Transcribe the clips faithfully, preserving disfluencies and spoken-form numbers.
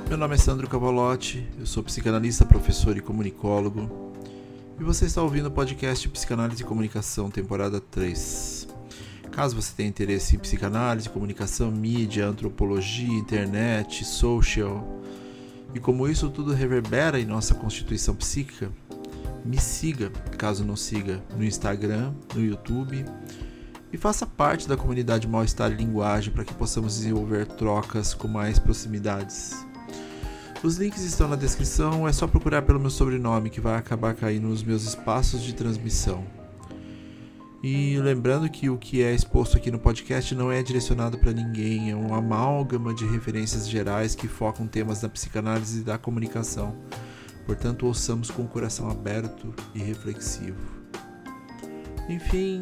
Meu nome é Sandro Cavalotti, eu sou psicanalista, professor e comunicólogo, e você está ouvindo o podcast Psicanálise e Comunicação, temporada três. Caso você tenha interesse em psicanálise, comunicação, mídia, antropologia, internet, social, e como isso tudo reverbera em nossa constituição psíquica, me siga, caso não siga, no Instagram, no YouTube, e faça parte da comunidade Mal-Estar e Linguagem para que possamos desenvolver trocas com mais proximidades. Os links estão na descrição, é só procurar pelo meu sobrenome que vai acabar caindo nos meus espaços de transmissão. E lembrando que o que é exposto aqui no podcast não é direcionado para ninguém, é um amálgama de referências gerais que focam temas da psicanálise e da comunicação. Portanto, ouçamos com o coração aberto e reflexivo. Enfim,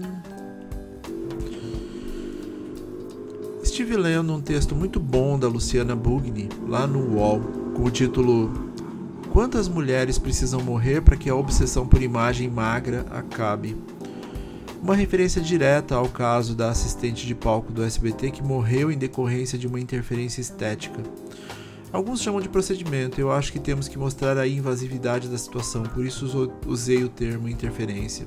estive lendo um texto muito bom da Luciana Bugni, lá no U O L, com o título Quantas mulheres precisam morrer para que a obsessão por imagem magra acabe? Uma referência direta ao caso da assistente de palco do S B T que morreu em decorrência de uma interferência estética. Alguns chamam de procedimento, eu acho que temos que mostrar a invasividade da situação, por isso usei o termo interferência.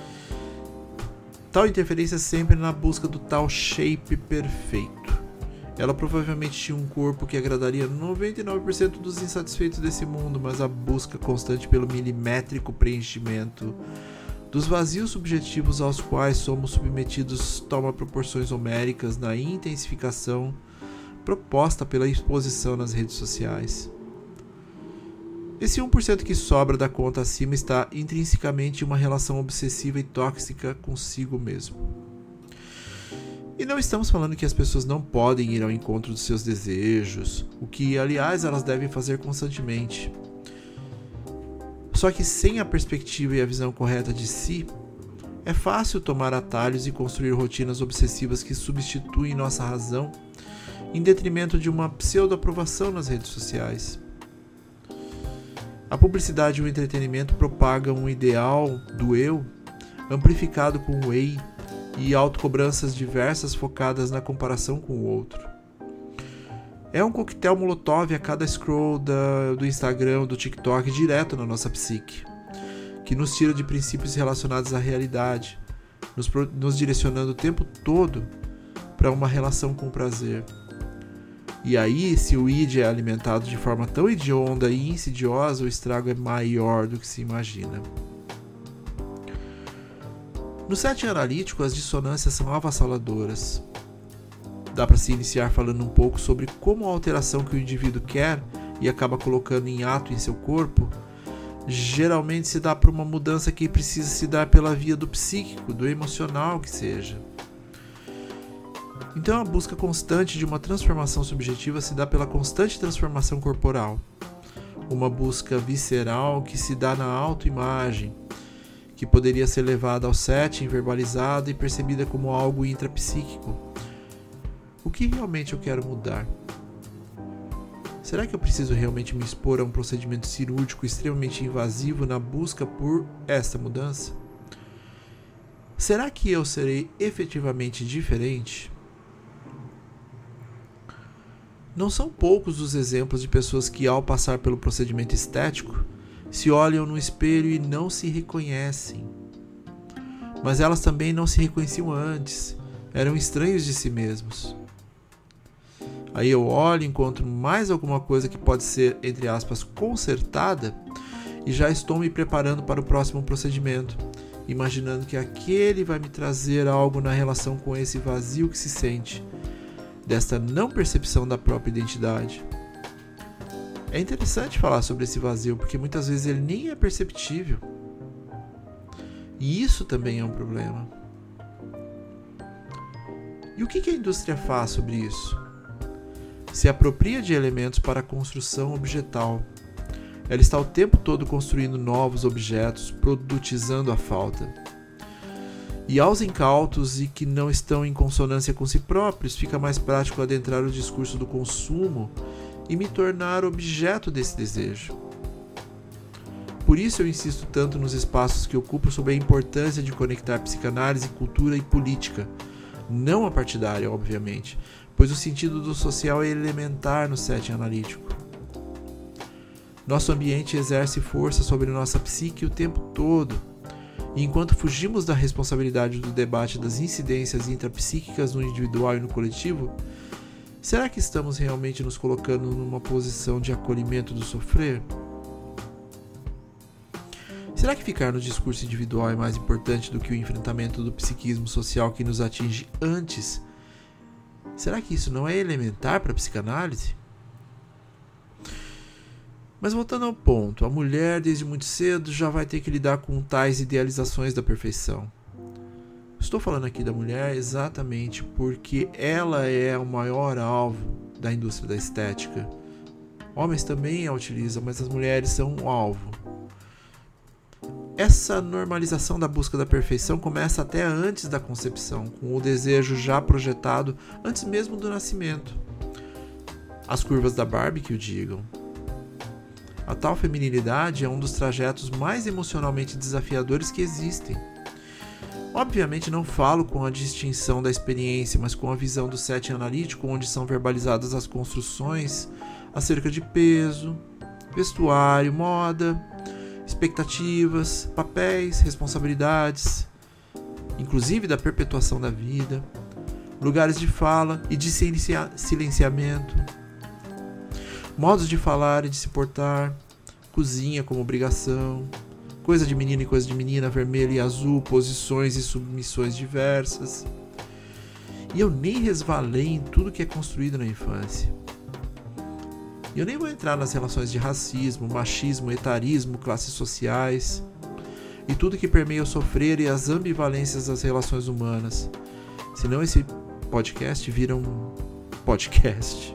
Tal interferência sempre na busca do tal shape perfeito. Ela provavelmente tinha um corpo que agradaria noventa e nove por cento dos insatisfeitos desse mundo, mas a busca constante pelo milimétrico preenchimento dos vazios subjetivos aos quais somos submetidos toma proporções homéricas na intensificação proposta pela exposição nas redes sociais. Esse um por cento que sobra da conta acima está intrinsecamente em uma relação obsessiva e tóxica consigo mesmo. E não estamos falando que as pessoas não podem ir ao encontro dos seus desejos, o que, aliás, elas devem fazer constantemente. Só que sem a perspectiva e a visão correta de si, é fácil tomar atalhos e construir rotinas obsessivas que substituem nossa razão em detrimento de uma pseudo-aprovação nas redes sociais. A publicidade e o entretenimento propagam um ideal do eu, amplificado com o ei, e autocobranças diversas focadas na comparação com o outro. É um coquetel molotov a cada scroll da, do Instagram, do TikTok, direto na nossa psique, que nos tira de princípios relacionados à realidade, nos, nos direcionando o tempo todo para uma relação com prazer. E aí, se o id é alimentado de forma tão hedionda e insidiosa, o estrago é maior do que se imagina. No setting analítico, as dissonâncias são avassaladoras. Dá para se iniciar falando um pouco sobre como a alteração que o indivíduo quer e acaba colocando em ato em seu corpo, geralmente se dá por uma mudança que precisa se dar pela via do psíquico, do emocional que seja. Então a busca constante de uma transformação subjetiva se dá pela constante transformação corporal. Uma busca visceral que se dá na autoimagem, que poderia ser levada ao setting, verbalizada e percebida como algo intrapsíquico. O que realmente eu quero mudar? Será que eu preciso realmente me expor a um procedimento cirúrgico extremamente invasivo na busca por esta mudança? Será que eu serei efetivamente diferente? Não são poucos os exemplos de pessoas que, ao passar pelo procedimento estético, se olham no espelho e não se reconhecem. Mas elas também não se reconheciam antes, eram estranhos de si mesmos. Aí eu olho, encontro mais alguma coisa que pode ser, entre aspas, consertada e já estou me preparando para o próximo procedimento, imaginando que aquele vai me trazer algo na relação com esse vazio que se sente, desta não percepção da própria identidade. É interessante falar sobre esse vazio, porque muitas vezes ele nem é perceptível. E isso também é um problema. E o que a indústria faz sobre isso? Se apropria de elementos para a construção objetal. Ela está o tempo todo construindo novos objetos, produtizando a falta. E aos incautos e que não estão em consonância com si próprios, fica mais prático adentrar o discurso do consumo e me tornar objeto desse desejo. Por isso eu insisto tanto nos espaços que ocupo sobre a importância de conectar psicanálise, cultura e política, não a partidária, obviamente, pois o sentido do social é elementar no setting analítico. Nosso ambiente exerce força sobre nossa psique o tempo todo. E enquanto fugimos da responsabilidade do debate das incidências intrapsíquicas no individual e no coletivo, será que estamos realmente nos colocando numa posição de acolhimento do sofrer? Será que ficar no discurso individual é mais importante do que o enfrentamento do psiquismo social que nos atinge antes? Será que isso não é elementar para a psicanálise? Mas voltando ao ponto, a mulher desde muito cedo já vai ter que lidar com tais idealizações da perfeição. Estou falando aqui da mulher exatamente porque ela é o maior alvo da indústria da estética. Homens também a utilizam, mas as mulheres são o alvo. Essa normalização da busca da perfeição começa até antes da concepção, com o desejo já projetado antes mesmo do nascimento. As curvas da Barbie que o digam. A tal feminilidade é um dos trajetos mais emocionalmente desafiadores que existem. Obviamente não falo com a distinção da experiência, mas com a visão do setting analítico, onde são verbalizadas as construções acerca de peso, vestuário, moda, expectativas, papéis, responsabilidades, inclusive da perpetuação da vida, lugares de fala e de silencia- silenciamento, modos de falar e de se portar, cozinha como obrigação, coisa de menino e coisa de menina, vermelho e azul, posições e submissões diversas. E eu nem resvalei em tudo que é construído na infância. E eu nem vou entrar nas relações de racismo, machismo, etarismo, classes sociais e tudo que permeia o sofrer e as ambivalências das relações humanas. Senão esse podcast vira um podcast.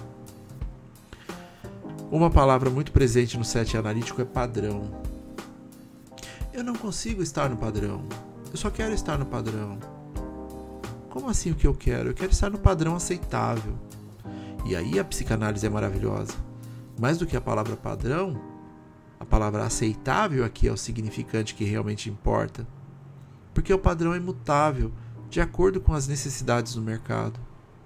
Uma palavra muito presente no setting analítico é padrão. Eu não consigo estar no padrão. Eu só quero estar no padrão. Como assim o que eu quero? Eu quero estar no padrão aceitável. E aí a psicanálise é maravilhosa. Mais do que a palavra padrão, a palavra aceitável aqui é o significante que realmente importa. Porque o padrão é imutável, de acordo com as necessidades do mercado.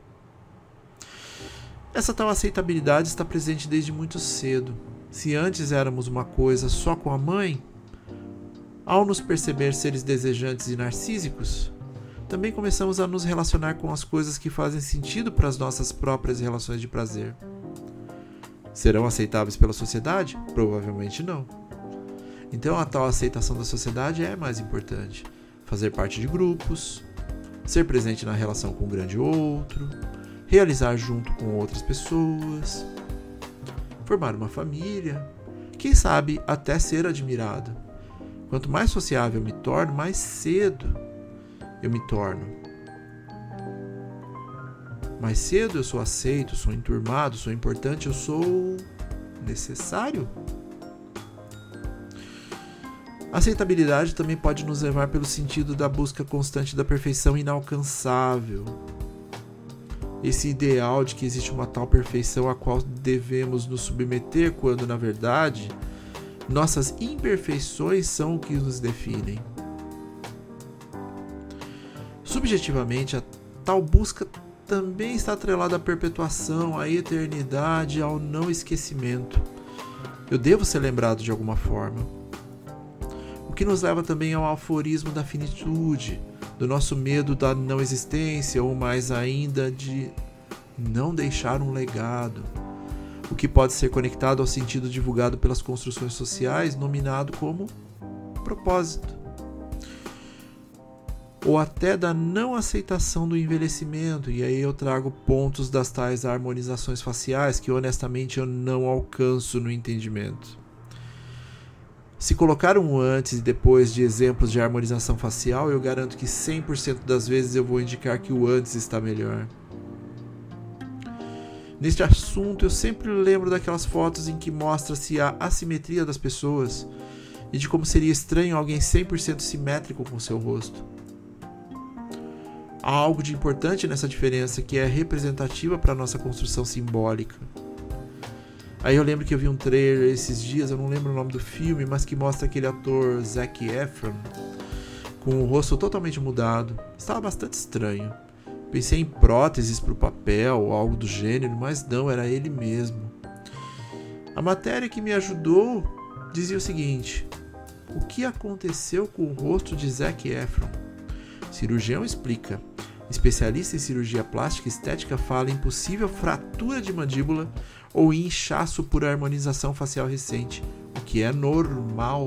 Essa tal aceitabilidade está presente desde muito cedo. Se antes éramos uma coisa só com a mãe, ao nos perceber seres desejantes e narcísicos, também começamos a nos relacionar com as coisas que fazem sentido para as nossas próprias relações de prazer. Serão aceitáveis pela sociedade? Provavelmente não. Então a tal aceitação da sociedade é mais importante. Fazer parte de grupos, ser presente na relação com o grande outro, realizar junto com outras pessoas, formar uma família, quem sabe até ser admirado. Quanto mais sociável eu me torno, mais cedo eu me torno. Mais cedo eu sou aceito, sou enturmado, sou importante, eu sou necessário. A aceitabilidade também pode nos levar pelo sentido da busca constante da perfeição inalcançável. Esse ideal de que existe uma tal perfeição a qual devemos nos submeter, quando, na verdade, nossas imperfeições são o que nos definem. Subjetivamente, a tal busca também está atrelada à perpetuação, à eternidade, ao não esquecimento. Eu devo ser lembrado de alguma forma. O que nos leva também ao aforismo da finitude, do nosso medo da não existência, ou mais ainda de não deixar um legado, o que pode ser conectado ao sentido divulgado pelas construções sociais, nominado como propósito, ou até da não aceitação do envelhecimento, e aí eu trago pontos das tais harmonizações faciais que honestamente eu não alcanço no entendimento. Se colocar um antes e depois de exemplos de harmonização facial, eu garanto que cem por cento das vezes eu vou indicar que o antes está melhor. Neste assunto, eu sempre lembro daquelas fotos em que mostra-se a assimetria das pessoas e de como seria estranho alguém cem por cento simétrico com seu rosto. Há algo de importante nessa diferença que é representativa para a nossa construção simbólica. Aí eu lembro que eu vi um trailer esses dias, eu não lembro o nome do filme, mas que mostra aquele ator Zac Efron com o rosto totalmente mudado. Estava bastante estranho. Pensei em próteses para o papel ou algo do gênero, mas não, era ele mesmo. A matéria que me ajudou dizia o seguinte: o que aconteceu com o rosto de Zac Efron? Cirurgião explica. Especialista em cirurgia plástica e estética fala em possível fratura de mandíbula ou inchaço por harmonização facial recente, o que é normal.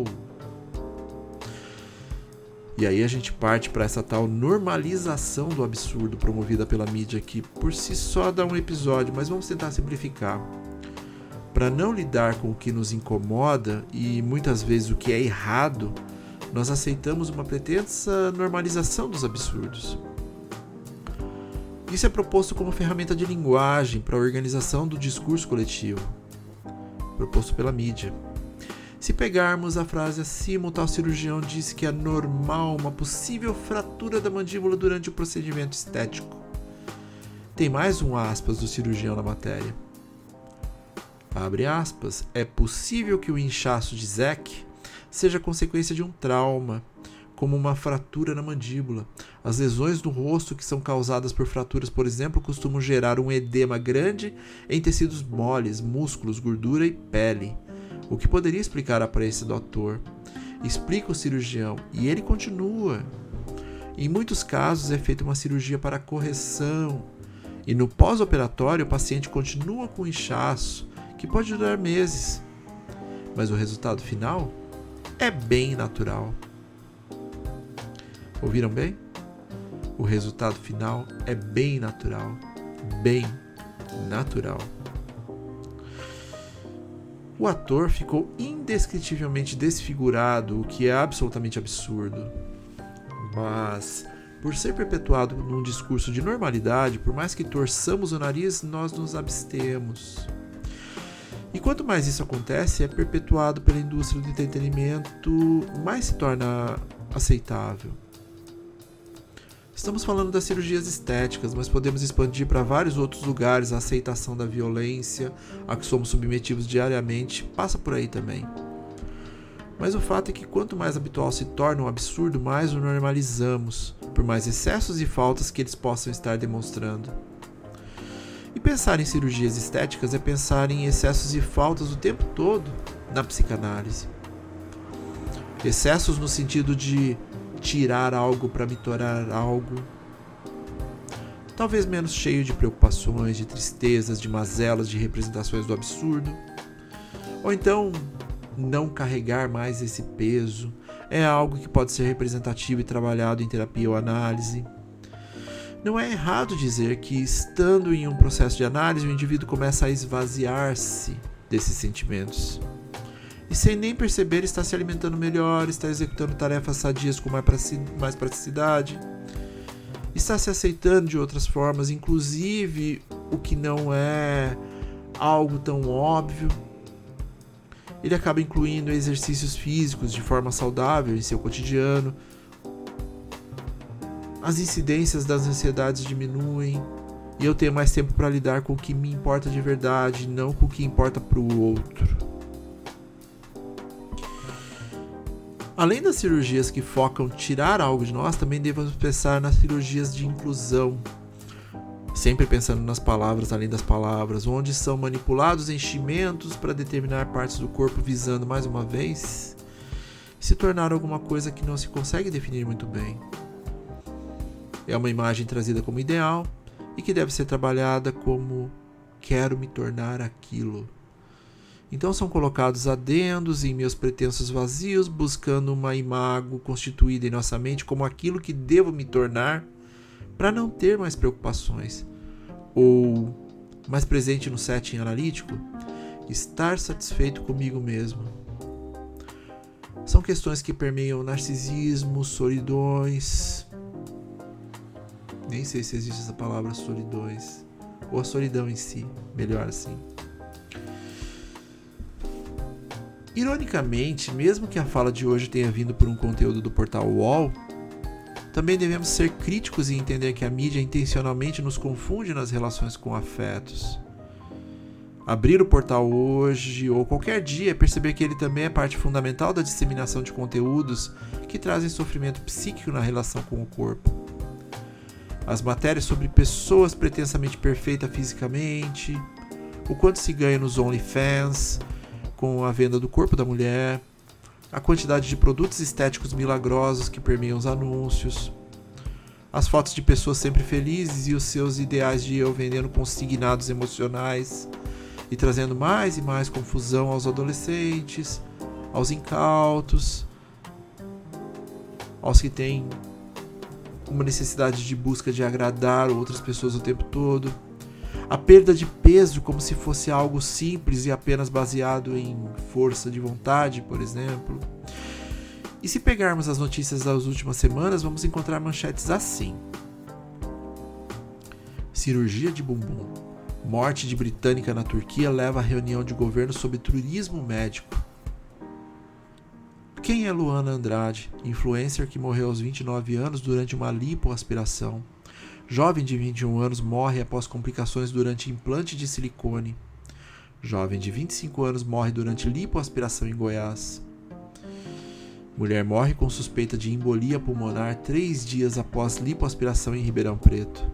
E aí a gente parte para essa tal normalização do absurdo promovida pela mídia, que por si só dá um episódio, mas vamos tentar simplificar. Para não lidar com o que nos incomoda e muitas vezes o que é errado, nós aceitamos uma pretensa normalização dos absurdos. Isso é proposto como ferramenta de linguagem para a organização do discurso coletivo, proposto pela mídia. Se pegarmos a frase acima, o tal cirurgião disse que é normal uma possível fratura da mandíbula durante o procedimento estético. Tem mais um aspas do cirurgião na matéria. Abre aspas, é possível que o inchaço de Zac seja consequência de um trauma, como uma fratura na mandíbula. As lesões no rosto que são causadas por fraturas, por exemplo, costumam gerar um edema grande em tecidos moles, músculos, gordura e pele. O que poderia explicar a aparência do ator? Explica o cirurgião, e ele continua. Em muitos casos é feita uma cirurgia para correção, e no pós-operatório o paciente continua com inchaço, que pode durar meses. Mas o resultado final é bem natural. Ouviram bem? O resultado final é bem natural. Bem natural. O ator ficou indescritivelmente desfigurado, o que é absolutamente absurdo. Mas, por ser perpetuado num discurso de normalidade, por mais que torçamos o nariz, nós nos abstemos. E quanto mais isso acontece, é perpetuado pela indústria do entretenimento, mais se torna aceitável. Estamos falando das cirurgias estéticas, mas podemos expandir para vários outros lugares. A aceitação da violência a que somos submetidos diariamente passa por aí também. Mas o fato é que quanto mais habitual se torna um absurdo, mais o normalizamos, por mais excessos e faltas que eles possam estar demonstrando. E pensar em cirurgias estéticas é pensar em excessos e faltas o tempo todo na psicanálise. Excessos no sentido de tirar algo para mitorar algo. Talvez menos cheio de preocupações, de tristezas, de mazelas, de representações do absurdo. Ou então, não carregar mais esse peso é algo que pode ser representativo e trabalhado em terapia ou análise. Não é errado dizer que, estando em um processo de análise, o indivíduo começa a esvaziar-se desses sentimentos. E sem nem perceber, está se alimentando melhor, está executando tarefas sadias com mais praticidade, está se aceitando de outras formas, inclusive o que não é algo tão óbvio. Ele acaba incluindo exercícios físicos de forma saudável em seu cotidiano. As incidências das ansiedades diminuem e eu tenho mais tempo para lidar com o que me importa de verdade, não com o que importa para o outro. Além das cirurgias que focam tirar algo de nós, também devemos pensar nas cirurgias de inclusão. Sempre pensando nas palavras além das palavras, onde são manipulados enchimentos para determinar partes do corpo visando, mais uma vez, se tornar alguma coisa que não se consegue definir muito bem. É uma imagem trazida como ideal e que deve ser trabalhada como quero me tornar aquilo. Então são colocados adendos em meus pretensos vazios, buscando uma imago constituída em nossa mente como aquilo que devo me tornar para não ter mais preocupações. Ou, mais presente no setting analítico, estar satisfeito comigo mesmo. São questões que permeiam narcisismo, solidões. Nem sei se existe essa palavra solidões. Ou a solidão em si, melhor assim. Ironicamente, mesmo que a fala de hoje tenha vindo por um conteúdo do portal U O L, também devemos ser críticos e entender que a mídia intencionalmente nos confunde nas relações com afetos. Abrir o portal hoje ou qualquer dia é perceber que ele também é parte fundamental da disseminação de conteúdos que trazem sofrimento psíquico na relação com o corpo. As matérias sobre pessoas pretensamente perfeitas fisicamente, o quanto se ganha nos OnlyFans com a venda do corpo da mulher, a quantidade de produtos estéticos milagrosos que permeiam os anúncios, as fotos de pessoas sempre felizes e os seus ideais de eu vendendo consignados emocionais e trazendo mais e mais confusão aos adolescentes, aos incautos, aos que têm uma necessidade de busca de agradar outras pessoas o tempo todo, a perda de peso como se fosse algo simples e apenas baseado em força de vontade, por exemplo. E se pegarmos as notícias das últimas semanas, vamos encontrar manchetes assim: cirurgia de bumbum. Morte de britânica na Turquia leva a reunião de governo sobre turismo médico. Quem é Luana Andrade, influencer que morreu aos vinte e nove anos durante uma lipoaspiração? Jovem de vinte e um anos morre após complicações durante implante de silicone. Jovem de vinte e cinco anos morre durante lipoaspiração em Goiás. Mulher morre com suspeita de embolia pulmonar três dias após lipoaspiração em Ribeirão Preto.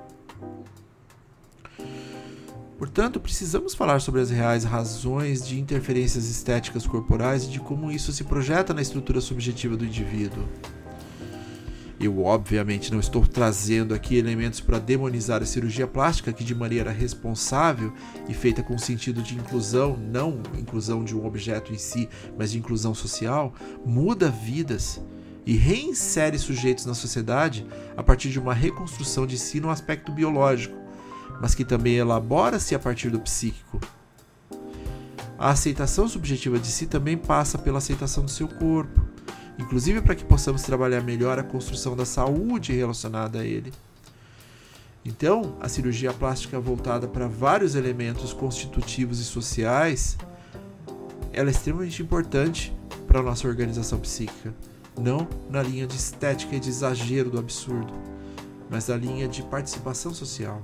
Portanto, precisamos falar sobre as reais razões de interferências estéticas corporais e de como isso se projeta na estrutura subjetiva do indivíduo. Eu, obviamente, não estou trazendo aqui elementos para demonizar a cirurgia plástica, que de maneira responsável e feita com sentido de inclusão, não inclusão de um objeto em si, mas de inclusão social, muda vidas e reinsere sujeitos na sociedade a partir de uma reconstrução de si no aspecto biológico, mas que também elabora-se a partir do psíquico. A aceitação subjetiva de si também passa pela aceitação do seu corpo, inclusive para que possamos trabalhar melhor a construção da saúde relacionada a ele. Então, a cirurgia plástica voltada para vários elementos constitutivos e sociais, ela é extremamente importante para a nossa organização psíquica, não na linha de estética e de exagero do absurdo, mas na linha de participação social.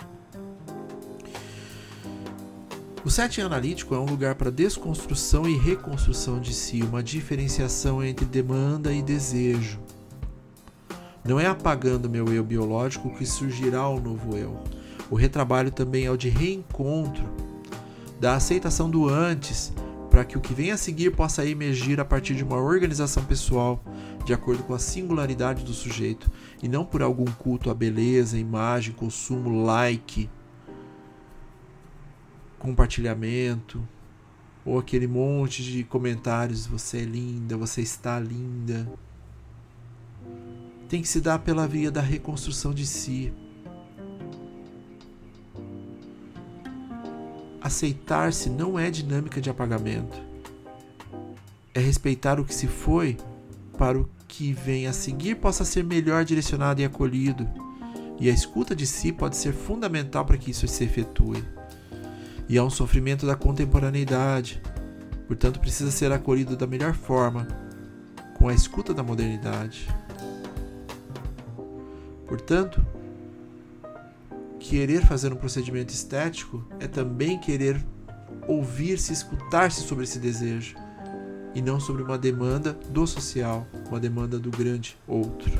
O setting analítico é um lugar para desconstrução e reconstrução de si, uma diferenciação entre demanda e desejo. Não é apagando meu eu biológico que surgirá o novo eu. O retrabalho também é o de reencontro, da aceitação do antes, para que o que vem a seguir possa emergir a partir de uma organização pessoal, de acordo com a singularidade do sujeito, e não por algum culto à beleza, imagem, consumo, like, compartilhamento, ou aquele monte de comentários: você é linda, você está linda. Tem que se dar pela via da reconstrução de si. Aceitar-se não é dinâmica de apagamento. É respeitar o que se foi para o que vem a seguir possa ser melhor direcionado e acolhido. E a escuta de si pode ser fundamental para que isso se efetue. E há um sofrimento da contemporaneidade, portanto precisa ser acolhido da melhor forma, com a escuta da modernidade. Portanto, querer fazer um procedimento estético é também querer ouvir-se, escutar-se sobre esse desejo, e não sobre uma demanda do social, uma demanda do grande outro.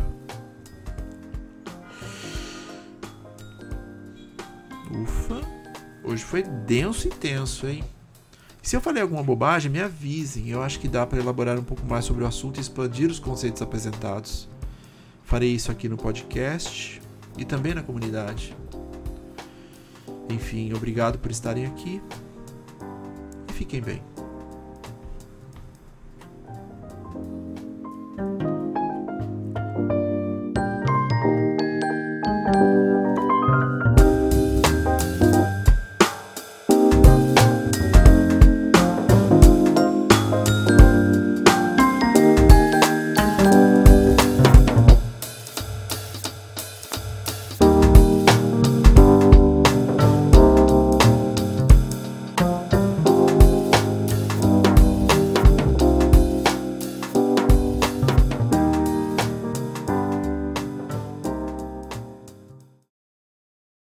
Ufa! Hoje foi denso e tenso, hein? Se eu falei alguma bobagem, me avisem. Eu acho que dá para elaborar um pouco mais sobre o assunto e expandir os conceitos apresentados. Farei isso aqui no podcast e também na comunidade. Enfim, obrigado por estarem aqui e fiquem bem.